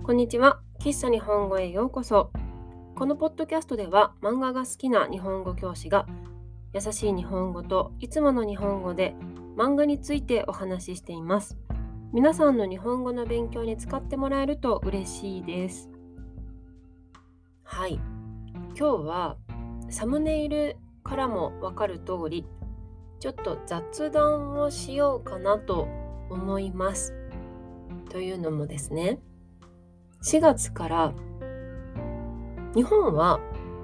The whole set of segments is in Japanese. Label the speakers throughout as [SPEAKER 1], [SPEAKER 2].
[SPEAKER 1] こんにちは。喫茶日本語へようこそ。このポッドキャストでは漫画が好きな日本語教師が優しい日本語といつもの日本語で漫画についてお話ししています。皆さんの日本語の勉強に使ってもらえると嬉しいです。はい。今日はサムネイルからもわかる通り、ちょっと雑談をしようかなと思います。というのもですね、4月から日本は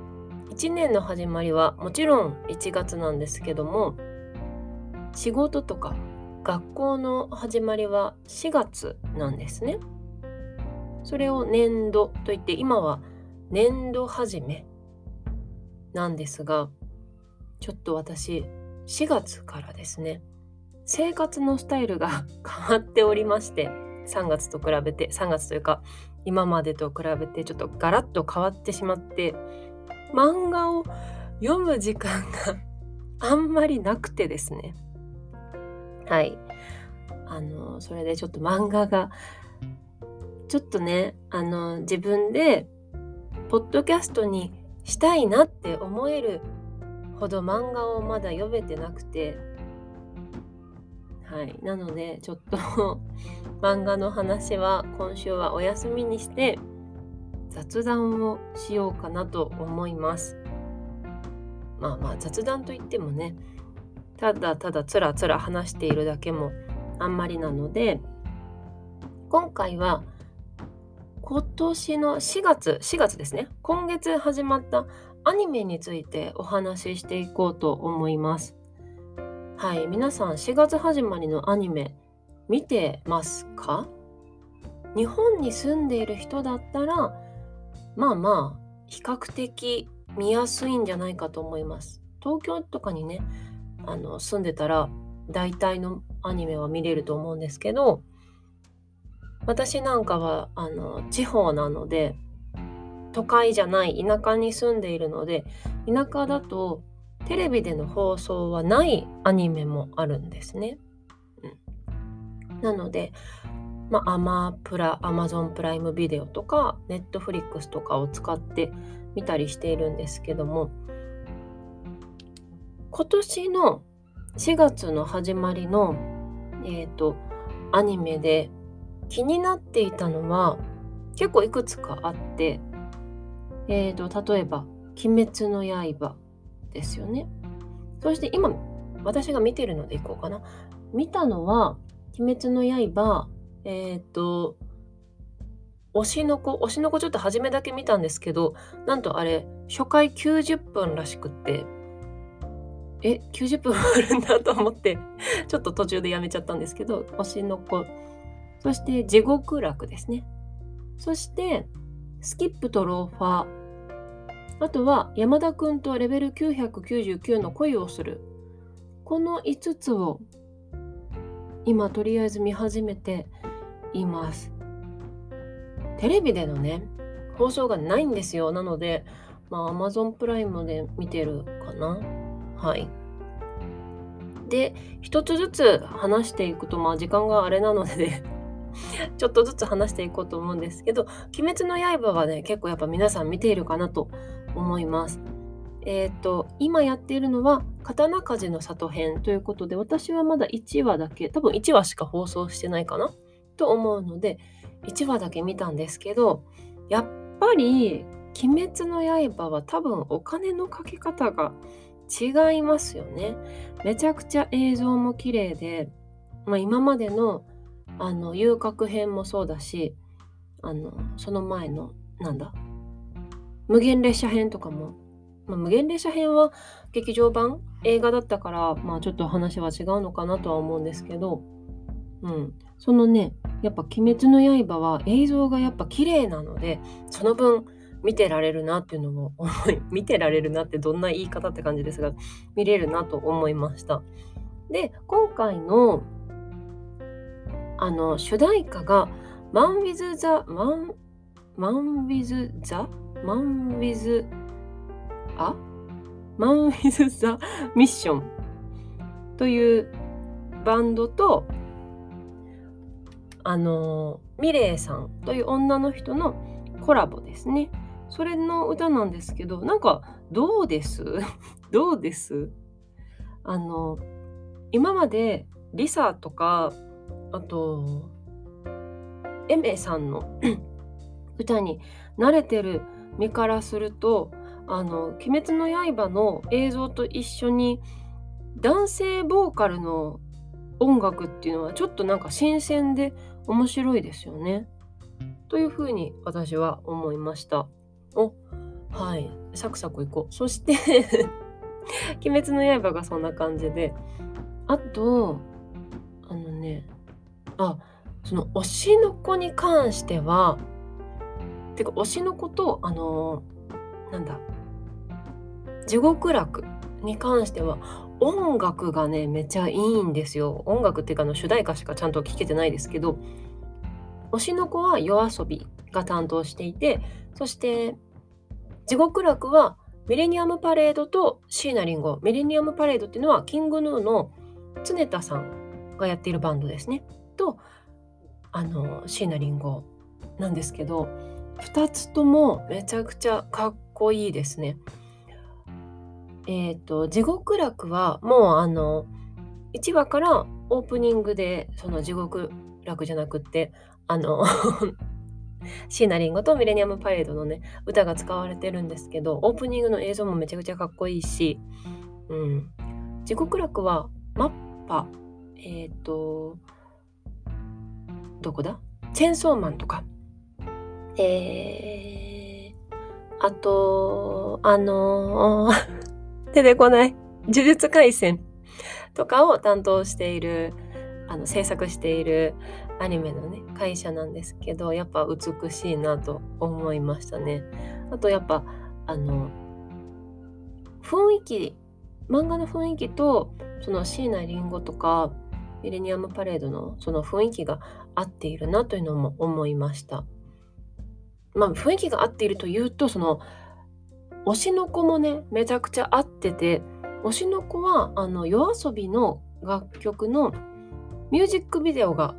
[SPEAKER 1] 1年の始まりはもちろん1月なんですけども、仕事とか学校の始まりは4月なんですね。それを年度といって、今は年度始めなんですが、ちょっと私4月からですね、生活のスタイルが変わっておりまして、3月というか今までと比べてちょっとガラッと変わってしまって、漫画を読む時間があんまりなくてですね。はい。それでちょっと漫画がちょっとね、自分でポッドキャストにしたいなって思えるほど漫画をまだ読めてなくて、はい。なのでちょっと漫画の話は今週はお休みにして雑談をしようかなと思います。まあ雑談といってもね、ただただつらつら話しているだけもあんまりなので、今回は今年の4月ですね。今月始まったアニメについてお話ししていこうと思います。はい、皆さん4月始まりのアニメ見てますか？日本に住んでいる人だったら、比較的見やすいんじゃないかと思います。東京とかにね、住んでたら大体のアニメは見れると思うんですけど、私なんかは地方なので、都会じゃない田舎に住んでいるので、田舎だとテレビでの放送はないアニメもあるんですね。なので、アマゾンプライムビデオとかネットフリックスとかを使って見たりしているんですけども、今年の4月の始まりのアニメで気になっていたのは結構いくつかあって、例えば鬼滅の刃ですよね。そして今私が見てるのでいこうかな。見たのは鬼滅の刃、推しの子ちょっと初めだけ見たんですけど、なんとあれ初回90分らしくって、90分あるんだと思ってちょっと途中でやめちゃったんですけど、推しの子、そして地獄楽ですね。そしてスキップとローファー、あとは山田くんとレベル999の恋をする、この5つを今とりあえず見始めています。テレビでのね放送がないんですよ。なのでAmazon プライムで見てるかな。はい。で、一つずつ話していくと時間があれなのでちょっとずつ話していこうと思うんですけど、鬼滅の刃はね結構やっぱ皆さん見ているかなと思います。今やっているのは刀鍛冶の里編ということで、私はまだ1話だけ、多分1話しか放送してないかなと思うので1話だけ見たんですけど、やっぱり鬼滅の刃は多分お金のかけ方が違いますよね。めちゃくちゃ映像も綺麗で、今までの遊郭編もそうだし、その前の無限列車編とかも、無限列車編は劇場版映画だったから、ちょっと話は違うのかなとは思うんですけど、そのねやっぱ鬼滅の刃は映像がやっぱ綺麗なので、その分見てられるなっていうのも見てられるなってどんな言い方って感じですが、見れるなと思いました。で、今回の主題歌がマンウィズ・ザ・ミッションというバンドと、 ミレイさんという女の人のコラボですね。それの歌なんですけど、なんかどうですどうですあの、今までリサとか、あと、エメさんの歌に慣れてる身からすると、鬼滅の刃の映像と一緒に男性ボーカルの音楽っていうのはちょっとなんか新鮮で面白いですよね。というふうに私は思いました。はい。サクサクいこう。そして鬼滅の刃がそんな感じで、あと、あのね、あ、その推しの子に関しては、てか推しの子と、なんだ、地獄楽に関しては、音楽がね、めちゃいいんですよ。音楽っていうか主題歌しかちゃんと聴けてないですけど、推しの子はYOASOBIが担当していて、そして地獄楽はミレニアムパレードと椎名林檎。ミレニアムパレードっていうのはキングヌーの常田さんがやっているバンドですね。と、椎名林檎なんですけど、2つともめちゃくちゃかっこいいですね。地獄楽はもう1話からオープニングでその地獄楽じゃなくって椎名林檎とミレニアムパレードのね歌が使われてるんですけど、オープニングの映像もめちゃくちゃかっこいいし、地獄楽はマッパどこだチェンソーマンとかあと出てこない呪術廻戦とかを担当している制作しているアニメのね会社なんですけど、やっぱ美しいなと思いましたね。あとやっぱ雰囲気、漫画の雰囲気とその椎名林檎とかミレニアムパレードのその雰囲気が合っているなというのも思いました。雰囲気が合っているというと、その推しの子もねめちゃくちゃ合ってて、推しの子はYOASOBIの楽曲のミュージックビデオが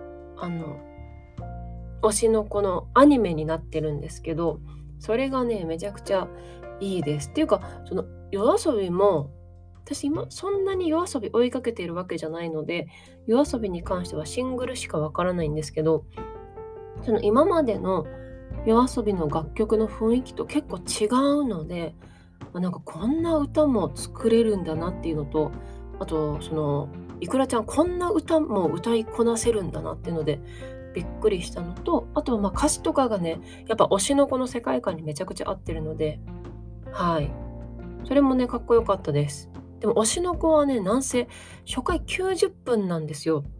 [SPEAKER 1] 推しの子のアニメになってるんですけど、それがねめちゃくちゃいいです。っていうか、そのYOASOBIも私今そんなにYOASOBI追いかけているわけじゃないので、YOASOBIに関してはシングルしかわからないんですけど、その今までのYOASOBIの楽曲の雰囲気と結構違うので、なんかこんな歌も作れるんだなっていうのと、あとそのいくらちゃんこんな歌も歌いこなせるんだなっていうのでびっくりしたのと、あとは歌詞とかがねやっぱ推しの子の世界観にめちゃくちゃ合ってるので、それもねかっこよかったです。でも推しの子はねなんせ初回90分なんですよ。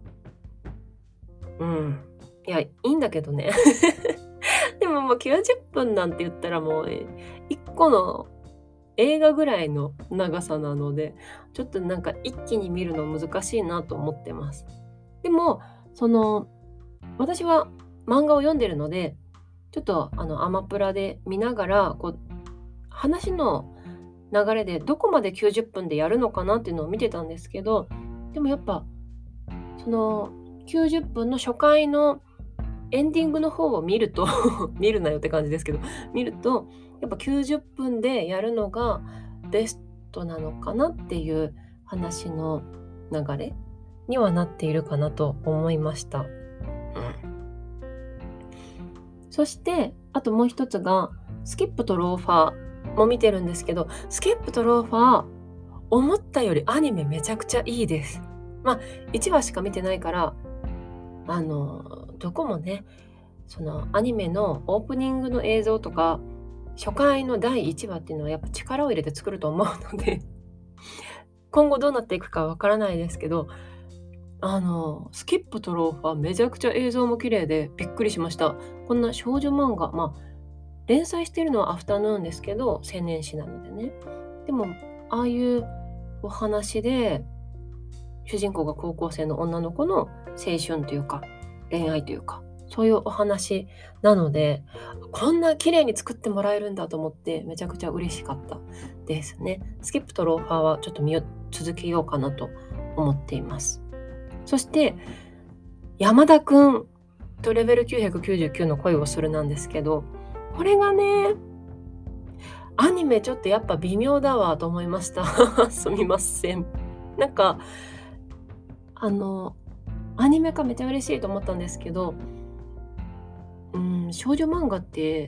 [SPEAKER 1] いやいいんだけどねでももう90分なんて言ったらもう1個の映画ぐらいの長さなので、ちょっとなんか一気に見るの難しいなと思ってます。でも私は漫画を読んでるので、ちょっとアマプラで見ながら話の流れでどこまで90分でやるのかなっていうのを見てたんですけど、でもやっぱその90分の初回のエンディングの方を見ると見るなよって感じですけど、見るとやっぱ90分でやるのがベストなのかなっていう話の流れにはなっているかなと思いました。そしてあともう一つがスキップとローファーも見てるんですけど、スキップとローファー思ったよりアニメめちゃくちゃいいです。1話しか見てないからどこもねそのアニメのオープニングの映像とか初回の第1話っていうのはやっぱ力を入れて作ると思うので今後どうなっていくかわからないですけど、スキップとローファーめちゃくちゃ映像も綺麗でびっくりしました。こんな少女漫画、連載しているのはアフタヌーンですけど青年誌なのでね。でもああいうお話で主人公が高校生の女の子の青春というか恋愛というかそういうお話なので、こんな綺麗に作ってもらえるんだと思ってめちゃくちゃ嬉しかったですね。スキップとローファーはちょっと続けようかなと思っています。そして山田くんとレベル999の恋をするなんですけど、これがね、アニメちょっとやっぱ微妙だわと思いました。すみません。なんか、アニメ化めちゃ嬉しいと思ったんですけど、少女漫画って、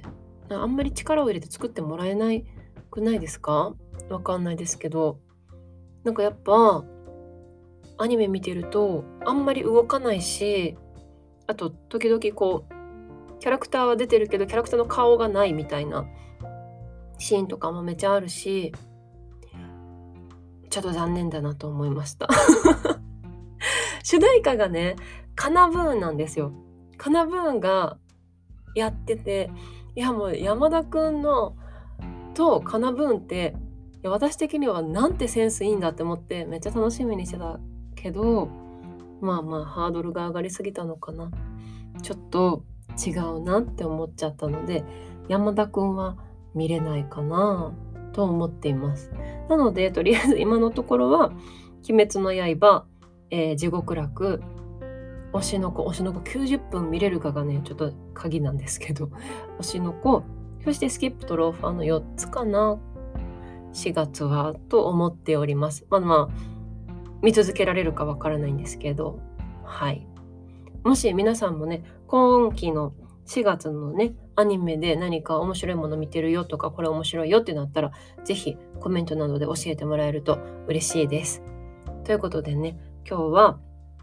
[SPEAKER 1] あんまり力を入れて作ってもらえないくないですか？わかんないですけど、なんかやっぱ、アニメ見てると、あんまり動かないし、あと時々こう、キャラクターは出てるけど、キャラクターの顔がないみたいなシーンとかもめちゃあるし、ちょっと残念だなと思いました。主題歌がね、カナブーンなんですよ。カナブーンがやってて、いやもう山田くんのとカナブーンって、いや私的にはなんてセンスいいんだって思ってめっちゃ楽しみにしてたけど、まあまあハードルが上がりすぎたのかな。ちょっと違うなって思っちゃったので、山田くんは見れないかなと思っています。なので、とりあえず今のところは、鬼滅の刃、地獄楽、推しの子90分見れるかがね、ちょっと鍵なんですけど、推しの子、そしてスキップとローファーの4つかな、4月はと思っております。まあまあ、見続けられるかわからないんですけど、はい。もし皆さんもね、今期の4月のね、アニメで何か面白いもの見てるよとか、これ面白いよってなったら、ぜひコメントなどで教えてもらえると嬉しいです。ということでね、今日は、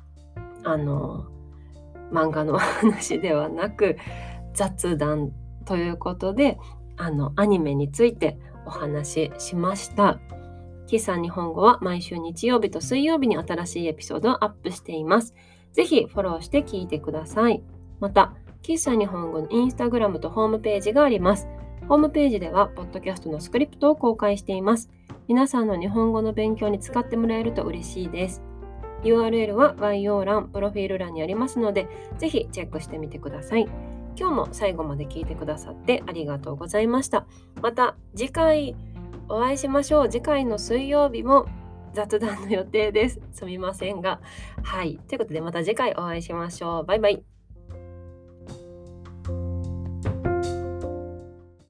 [SPEAKER 1] 漫画の話ではなく、雑談ということで、アニメについてお話ししました。喫茶日本語は毎週日曜日と水曜日に新しいエピソードをアップしています。ぜひフォローして聞いてください。また、喫茶日本語のインスタグラムとホームページがあります。ホームページでは、ポッドキャストのスクリプトを公開しています。皆さんの日本語の勉強に使ってもらえると嬉しいです。URL は概要欄、プロフィール欄にありますので、ぜひチェックしてみてください。今日も最後まで聞いてくださってありがとうございました。また次回お会いしましょう。次回の水曜日も雑談の予定です。すみませんが。はい。ということでまた次回お会いしましょう。バイバイ。